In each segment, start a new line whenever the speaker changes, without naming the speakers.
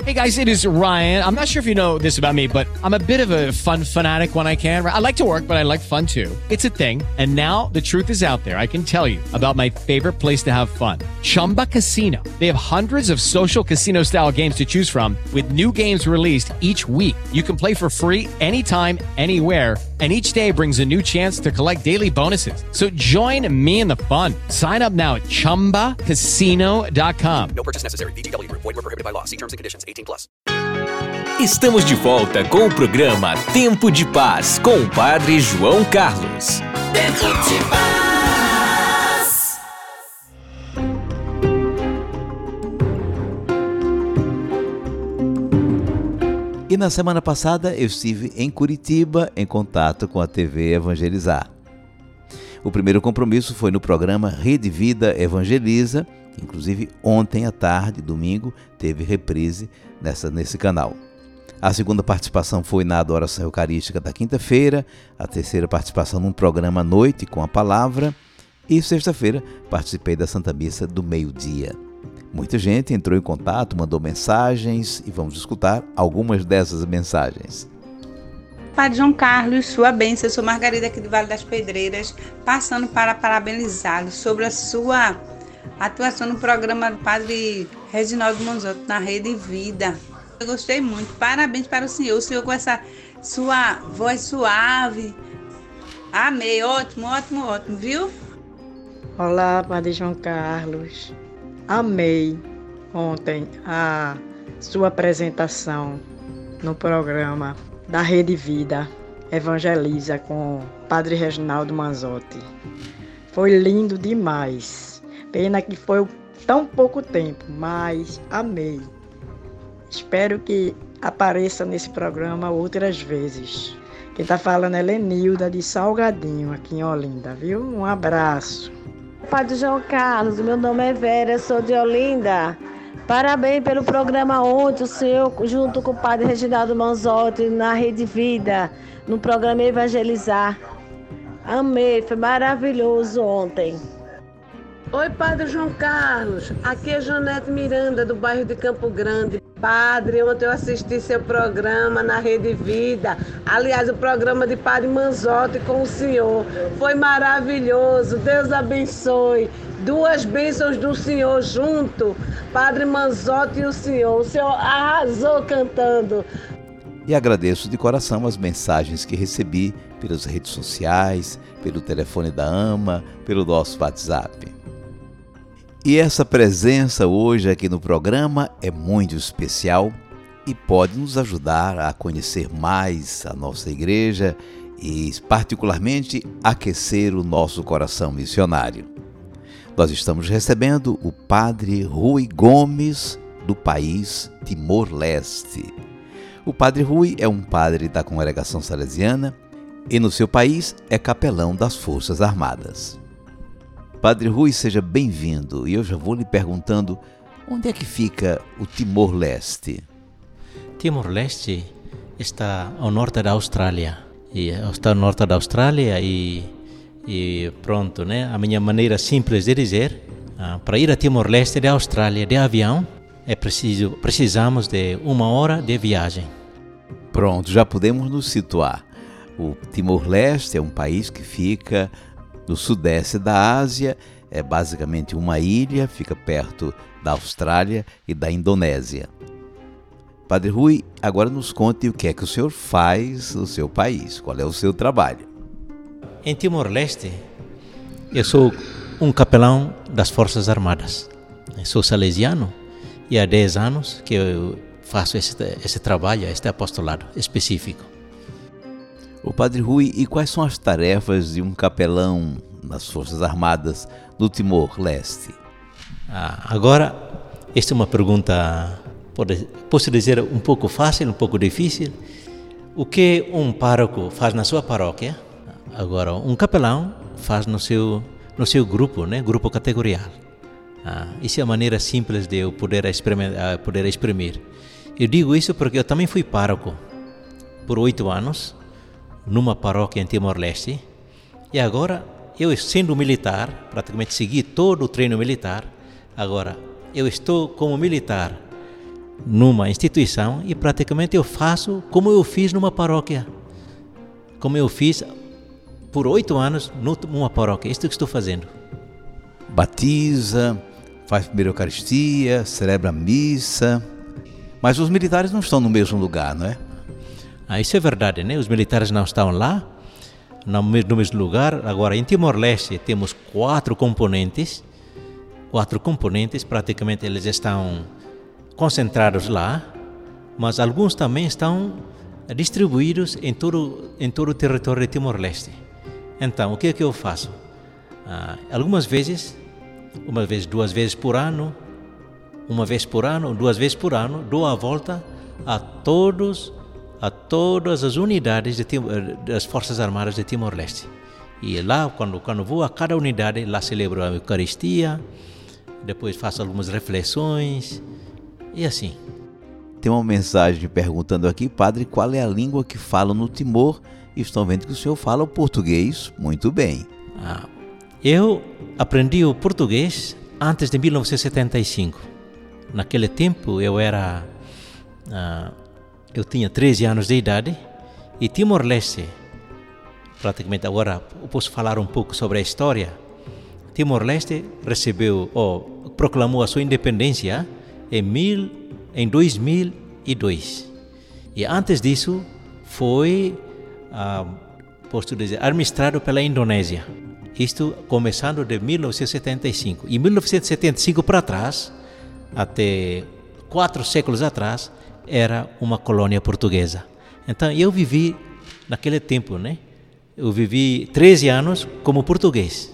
Hey guys, it is Ryan. I'm not sure if you know this about me, but I'm a bit of a fun fanatic when I can. I like to work, but I like fun too. It's a thing. And now the truth is out there. I can tell you about my favorite place to have fun. Chumba Casino. They have hundreds of social casino style games to choose from with new games released each week. You can play for free anytime, anywhere. And each day brings a new chance to collect daily bonuses. So join me in the fun. Sign up now at ChumbaCasino.com.
No purchase necessary. VGW Group. Void where prohibited by law. See terms and conditions. 18+.
Estamos de volta com o programa Tempo de Paz com o Padre João Carlos.
Tempo de Paz.
E na semana passada eu estive em Curitiba em contato com a TV Evangelizar. O primeiro compromisso foi no programa Rede Vida Evangeliza, que inclusive ontem à tarde, domingo, teve reprise nesse canal. A segunda participação foi na adoração eucarística da quinta-feira, a terceira participação num programa à noite com a palavra e sexta-feira participei da Santa Missa do meio-dia. Muita gente entrou em contato, mandou mensagens e vamos escutar algumas dessas mensagens.
Padre João Carlos, sua bênção, eu sou Margarida aqui do Vale das Pedreiras, passando para parabenizá-lo sobre a sua atuação no programa do Padre Reginaldo Manzotti na Rede Vida. Eu gostei muito, parabéns para o senhor com essa sua voz suave. Amei, ótimo, viu?
Olá, Padre João Carlos. Amei ontem a sua apresentação no programa da Rede Vida Evangeliza com o Padre Reginaldo Manzotti. Foi lindo demais. Pena que foi tão pouco tempo, mas amei. Espero que apareça nesse programa outras vezes. Quem está falando é Lenilda de Salgadinho, aqui em Olinda, viu? Um abraço.
Padre João Carlos, meu nome é Vera, sou de Olinda. Parabéns pelo programa ontem, o senhor junto com o Padre Reginaldo Manzotti na Rede Vida, no programa Evangelizar. Amei, foi maravilhoso ontem.
Oi, Padre João Carlos, aqui é Janete Miranda, do bairro de Campo Grande. Padre, ontem eu assisti seu programa na Rede Vida, aliás, o programa de Padre Manzotti com o senhor. Foi maravilhoso, Deus abençoe. Duas bênçãos do senhor junto, Padre Manzotti e o senhor arrasou cantando.
E agradeço de coração as mensagens que recebi pelas redes sociais, pelo telefone da AMA, pelo nosso WhatsApp. E essa presença hoje aqui no programa é muito especial e pode nos ajudar a conhecer mais a nossa igreja e, particularmente, aquecer o nosso coração missionário. Nós estamos recebendo o Padre Rui Gomes, do país Timor-Leste. O Padre Rui é um padre da congregação salesiana e, no seu país, é capelão das Forças Armadas. Padre Rui, seja bem-vindo. E eu já vou lhe perguntando, onde é que fica o Timor-Leste?
Timor-Leste está ao norte da Austrália. Está ao norte da Austrália e pronto, né? A minha maneira simples de dizer, para ir a Timor-Leste da Austrália de avião, precisamos de 1 hora de viagem.
Pronto, já podemos nos situar. O Timor-Leste é um país que fica no sudeste da Ásia, é basicamente uma ilha, fica perto da Austrália e da Indonésia. Padre Rui, agora nos conte o que é que o senhor faz no seu país, qual é o seu trabalho.
Em Timor-Leste, eu sou um capelão das Forças Armadas. Eu sou salesiano e há 10 anos que eu faço esse trabalho, este apostolado específico.
O Padre Rui, e quais são as tarefas de um capelão nas Forças Armadas do Timor-Leste?
Agora, esta é uma pergunta, posso dizer, um pouco fácil, um pouco difícil. O que um pároco faz na sua paróquia? Agora, um capelão faz no seu grupo, né? Grupo categorial. Isso é a maneira simples de eu poder exprimir. Eu digo isso porque eu também fui pároco por 8 anos, numa paróquia em Timor-Leste, e agora, eu sendo militar, praticamente segui todo o treino militar, agora, eu estou como militar numa instituição e praticamente eu faço como eu fiz numa paróquia. Como eu fiz por 8 anos numa paróquia. Isto que estou fazendo.
Batiza, faz primeira Eucaristia, celebra a missa. Mas os militares não estão no mesmo lugar, não é?
Isso é verdade, né? Os militares não estão lá, no mesmo lugar. Agora, em Timor-Leste, temos 4 componentes. 4 componentes, praticamente eles estão concentrados lá, mas alguns também estão distribuídos em todo o território de Timor-Leste. Então, o que é que eu faço? Algumas vezes, 2 vezes por ano, 1 vez por ano, 2 vezes por ano, dou a volta a todas as unidades das Forças Armadas de Timor-Leste. E lá, quando vou a cada unidade, lá celebro a Eucaristia, depois faço algumas reflexões e assim.
Tem uma mensagem perguntando aqui, padre, qual é a língua que falam no Timor? E estão vendo que o senhor fala o português muito bem.
Eu aprendi o português antes de 1975. Naquele tempo eu tinha 13 anos de idade e Timor-Leste, praticamente agora eu posso falar um pouco sobre a história. Timor-Leste proclamou a sua independência em 2002. E antes disso foi, posso dizer, administrado pela Indonésia. Isto começando de 1975. E 1975 para trás, até 4 séculos atrás, era uma colônia portuguesa. Então eu vivi naquele tempo, né? Eu vivi 13 anos como português.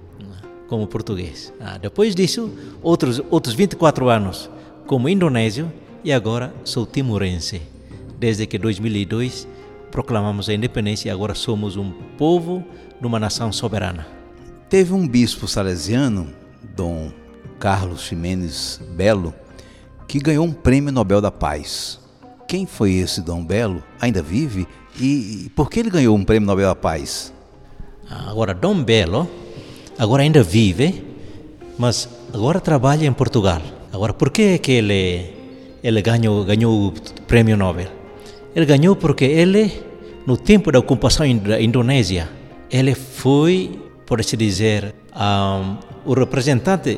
Depois disso, outros 24 anos como indonésio e agora sou timorense. Desde que 2002 proclamamos a independência e agora somos um povo numa nação soberana.
Teve um bispo salesiano, Dom Carlos Ximenes Belo, que ganhou um prêmio Nobel da Paz. Quem foi esse Dom Belo? Ainda vive? E por que ele ganhou um prêmio Nobel da Paz?
Agora, Dom Belo agora ainda vive, mas agora trabalha em Portugal. Agora, por que ele ganhou o prêmio Nobel? Ele ganhou porque ele, no tempo da ocupação da Indonésia, ele foi, por assim dizer, o representante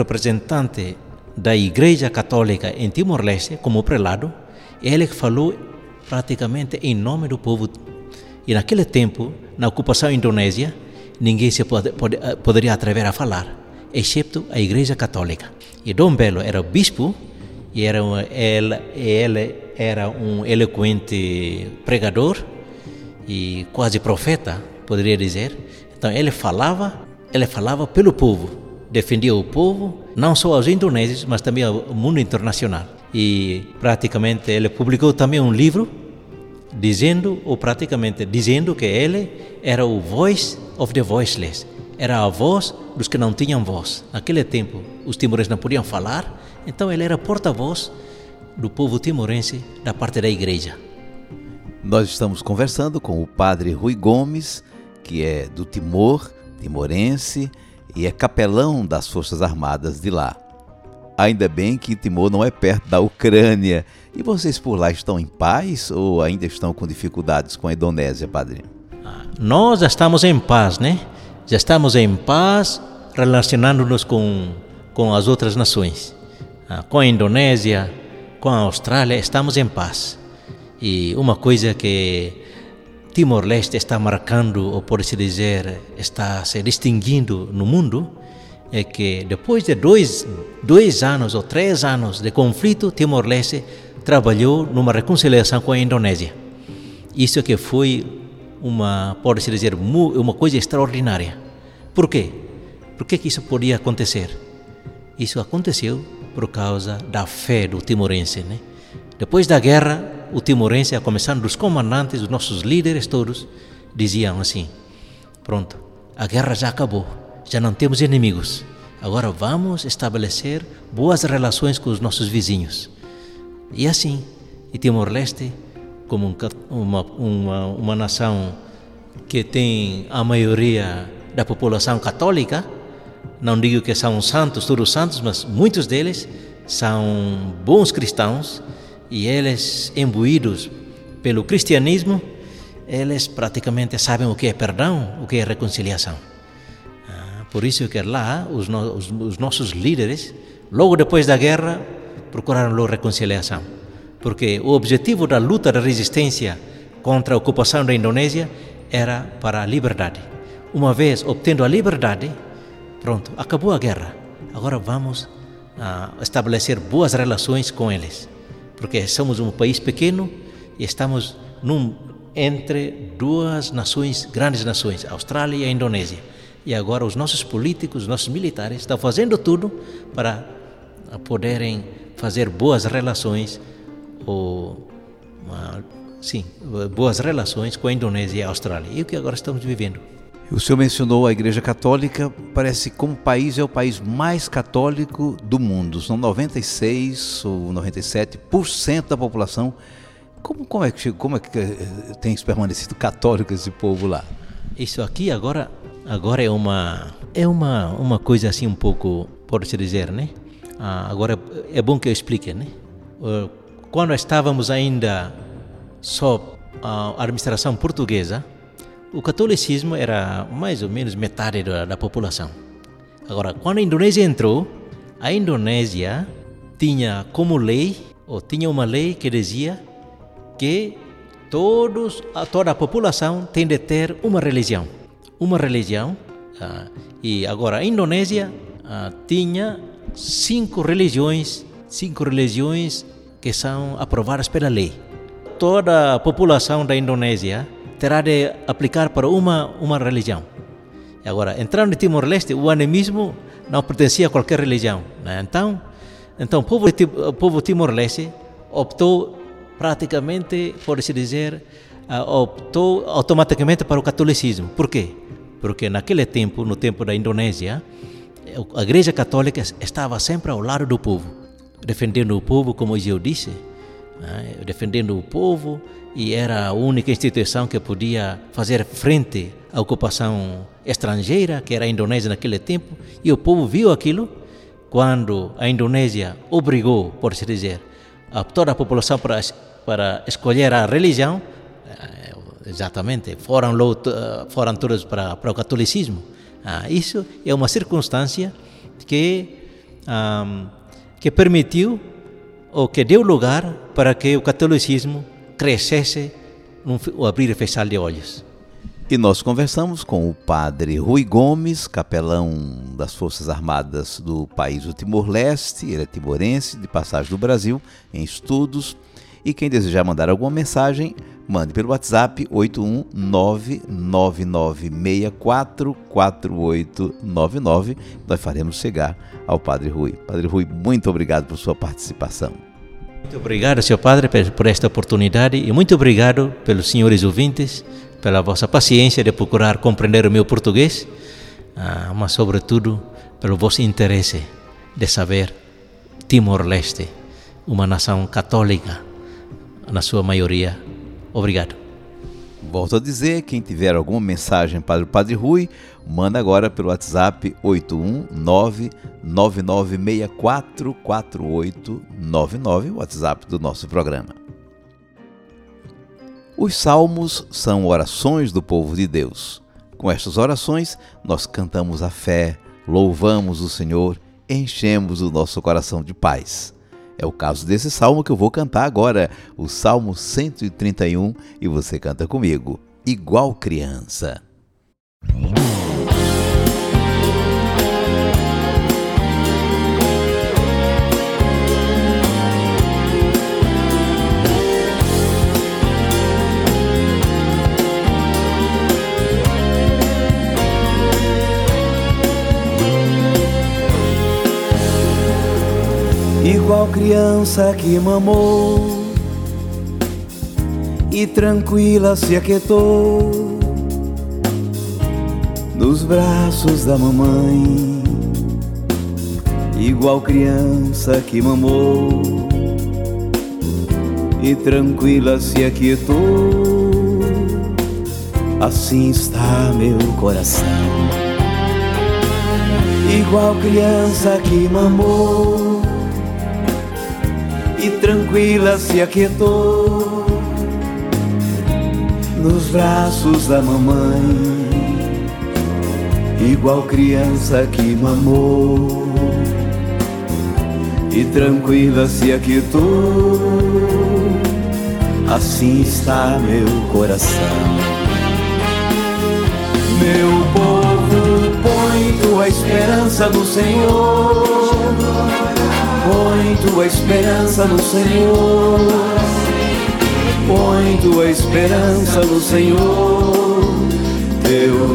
da Igreja Católica em Timor-Leste, como prelado. Ele falou praticamente em nome do povo. E naquele tempo, na ocupação indonésia, ninguém se poderia atrever a falar, exceto a Igreja Católica. E Dom Belo era bispo e ele era um eloquente pregador e quase profeta, poderia dizer. Então ele falava pelo povo, defendia o povo, não só aos indonésios, mas também ao mundo internacional. E praticamente ele publicou também um livro dizendo que ele era o voice of the voiceless, era a voz dos que não tinham voz. Naquele tempo, os timorenses não podiam falar, então ele era porta-voz do povo timorense da parte da igreja.
Nós estamos conversando com o padre Rui Gomes, que é do Timor, timorense, e é capelão das Forças Armadas de lá. Ainda bem que Timor não é perto da Ucrânia. E vocês por lá estão em paz ou ainda estão com dificuldades com a Indonésia, padre?
Nós já estamos em paz, né? Já estamos em paz relacionando-nos com as outras nações. Com a Indonésia, com a Austrália, estamos em paz. E uma coisa que Timor-Leste está marcando, ou por-se dizer, está se distinguindo no mundo, é que depois de 2 anos ou 3 anos de conflito, Timor-Leste trabalhou numa reconciliação com a Indonésia. Isso que foi pode-se dizer, uma coisa extraordinária. Por quê? Por que isso podia acontecer? Isso aconteceu por causa da fé do timorense, né? Depois da guerra, o timorense, a começar dos comandantes, os nossos líderes todos, diziam assim: pronto, a guerra já acabou, já não temos inimigos, agora vamos estabelecer boas relações com os nossos vizinhos. E assim, e Timor-Leste, como uma nação que tem a maioria da população católica, não digo que são santos, todos santos, mas muitos deles são bons cristãos e eles, imbuídos pelo cristianismo, eles praticamente sabem o que é perdão, o que é reconciliação. Por isso que lá os nossos líderes, logo depois da guerra, procuraram a reconciliação. Porque o objetivo da luta da resistência contra a ocupação da Indonésia era para a liberdade. Uma vez obtendo a liberdade, pronto, acabou a guerra. Agora vamos estabelecer boas relações com eles. Porque somos um país pequeno e estamos entre duas nações, grandes nações, a Austrália e a Indonésia. E agora os nossos políticos, os nossos militares estão fazendo tudo para poderem fazer boas relações, boas relações com a Indonésia e a Austrália. E o que agora estamos vivendo.
O senhor mencionou a Igreja Católica, parece que como país é o país mais católico do mundo. São 96 ou 97% da população. Como é que tem permanecido católico esse povo lá?
Isso aqui agora é uma coisa assim um pouco, pode-se dizer, né? Agora é bom que eu explique, né? Quando estávamos ainda sob a administração portuguesa, o catolicismo era mais ou menos metade da população. Agora, quando a Indonésia entrou, a Indonésia tinha como lei, ou tinha uma lei que dizia que toda a população tem de ter uma religião. E agora a Indonésia tinha cinco religiões que são aprovadas pela lei. Toda a população da Indonésia terá de aplicar para uma religião. E agora, entrando no Timor-Leste, o animismo não pertencia a qualquer religião, né? Então o povo Timor-Leste optou praticamente, pode-se dizer, optou automaticamente para o catolicismo. Por quê? Porque naquele tempo, no tempo da Indonésia, a Igreja Católica estava sempre ao lado do povo, defendendo o povo, como eu disse, né? Defendendo o povo, e era a única instituição que podia fazer frente à ocupação estrangeira, que era a Indonésia naquele tempo, e o povo viu aquilo quando a Indonésia obrigou, pode-se dizer, a toda a população para escolher a religião. Exatamente, foram todos para o catolicismo. Isso é uma circunstância que permitiu ou que deu lugar para que o catolicismo crescesse num abrir e fechar de olhos.
E nós conversamos com o padre Rui Gomes, capelão das Forças Armadas do país do Timor-Leste. Ele é timorense, de passagem do Brasil, em estudos. E quem desejar mandar alguma mensagem, mande pelo WhatsApp 81999644899. Nós faremos chegar ao Padre Rui. Padre Rui, muito obrigado por sua participação.
Muito obrigado, senhor Padre, por esta oportunidade, e muito obrigado pelos senhores ouvintes, pela vossa paciência de procurar compreender o meu português, mas sobretudo pelo vosso interesse de saber Timor-Leste, uma nação católica, na sua maioria. Obrigado.
Volto a dizer, quem tiver alguma mensagem para o Padre Rui, manda agora pelo WhatsApp 81999644899, o WhatsApp do nosso programa. Os salmos são orações do povo de Deus. Com estas orações, nós cantamos a fé, louvamos o Senhor, enchemos o nosso coração de paz. É o caso desse salmo que eu vou cantar agora, o Salmo 131, e você canta comigo, igual criança.
Igual criança que mamou e tranquila se aquietou nos braços da mamãe. Igual criança que mamou e tranquila se aquietou, assim está meu coração. Igual criança que mamou e tranquila se aquietou nos braços da mamãe, igual criança que mamou, e tranquila se aquietou. Assim está meu coração. Meu povo, põe tua esperança no Senhor, põe tua esperança no Senhor, põe tua esperança no Senhor, teu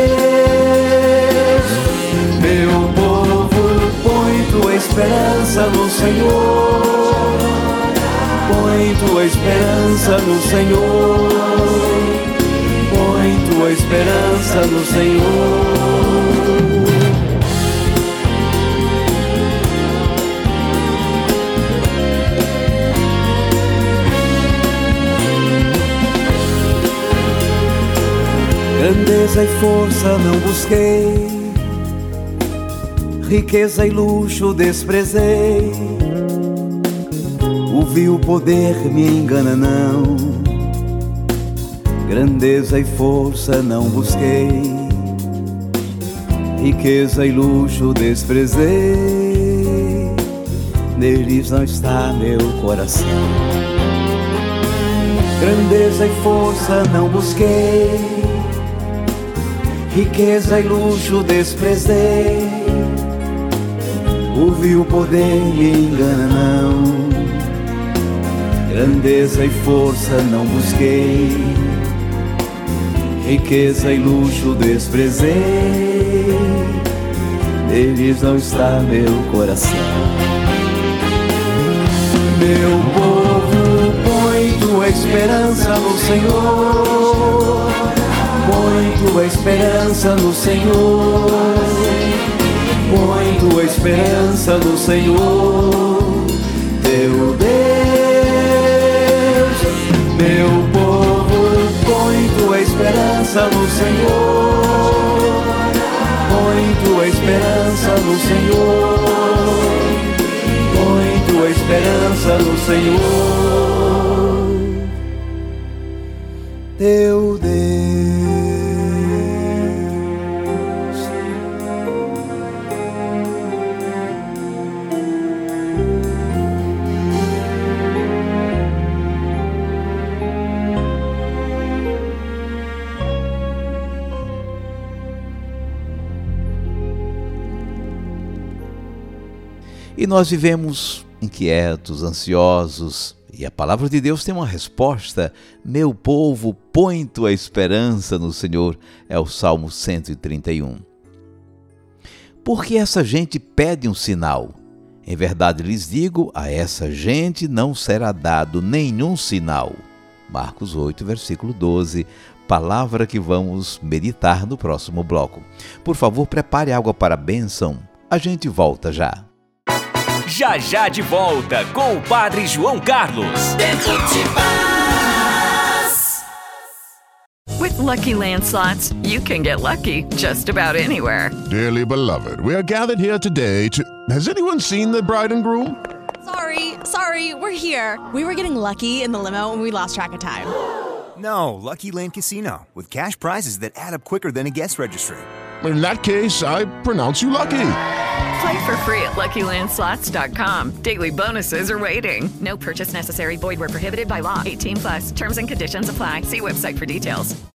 Deus. Meu povo, põe tua esperança no Senhor, põe tua esperança no Senhor, põe tua esperança no Senhor. Grandeza e força não busquei, riqueza e luxo desprezei. O vil poder me engana não, grandeza e força não busquei, riqueza e luxo desprezei. Neles não está meu coração. Grandeza e força não busquei, riqueza e luxo desprezei. O vil poder me engana não, grandeza e força não busquei, riqueza e luxo desprezei. Neles não está meu coração. Meu povo, põe tua esperança no Senhor, põe tua esperança no Senhor, põe tua esperança no Senhor, teu Deus. Meu povo, põe tua esperança no Senhor, põe tua esperança no Senhor, põe tua esperança no Senhor, teu Deus.
E nós vivemos inquietos, ansiosos, e a palavra de Deus tem uma resposta. Meu povo, põe tua esperança no Senhor, é o Salmo 131. Porque essa gente pede um sinal. Em verdade lhes digo, a essa gente não será dado nenhum sinal. Marcos 8, versículo 12, palavra que vamos meditar no próximo bloco. Por favor, prepare água para a bênção. A gente volta já.
Já já de volta com o Padre João Carlos.
Tempo de paz.
With Lucky Land Slots, you can get lucky just about anywhere.
Dearly beloved, we are gathered here today to... Has anyone seen the bride and groom?
Sorry, we're here. We were getting lucky in the limo and we lost track of time.
No, Lucky Land Casino, with cash prizes that add up quicker than a guest registry.
In that case, I pronounce you lucky.
Play for free at LuckyLandSlots.com. Daily bonuses are waiting. No purchase necessary. Void where prohibited by law. 18+. Terms and conditions apply. See website for details.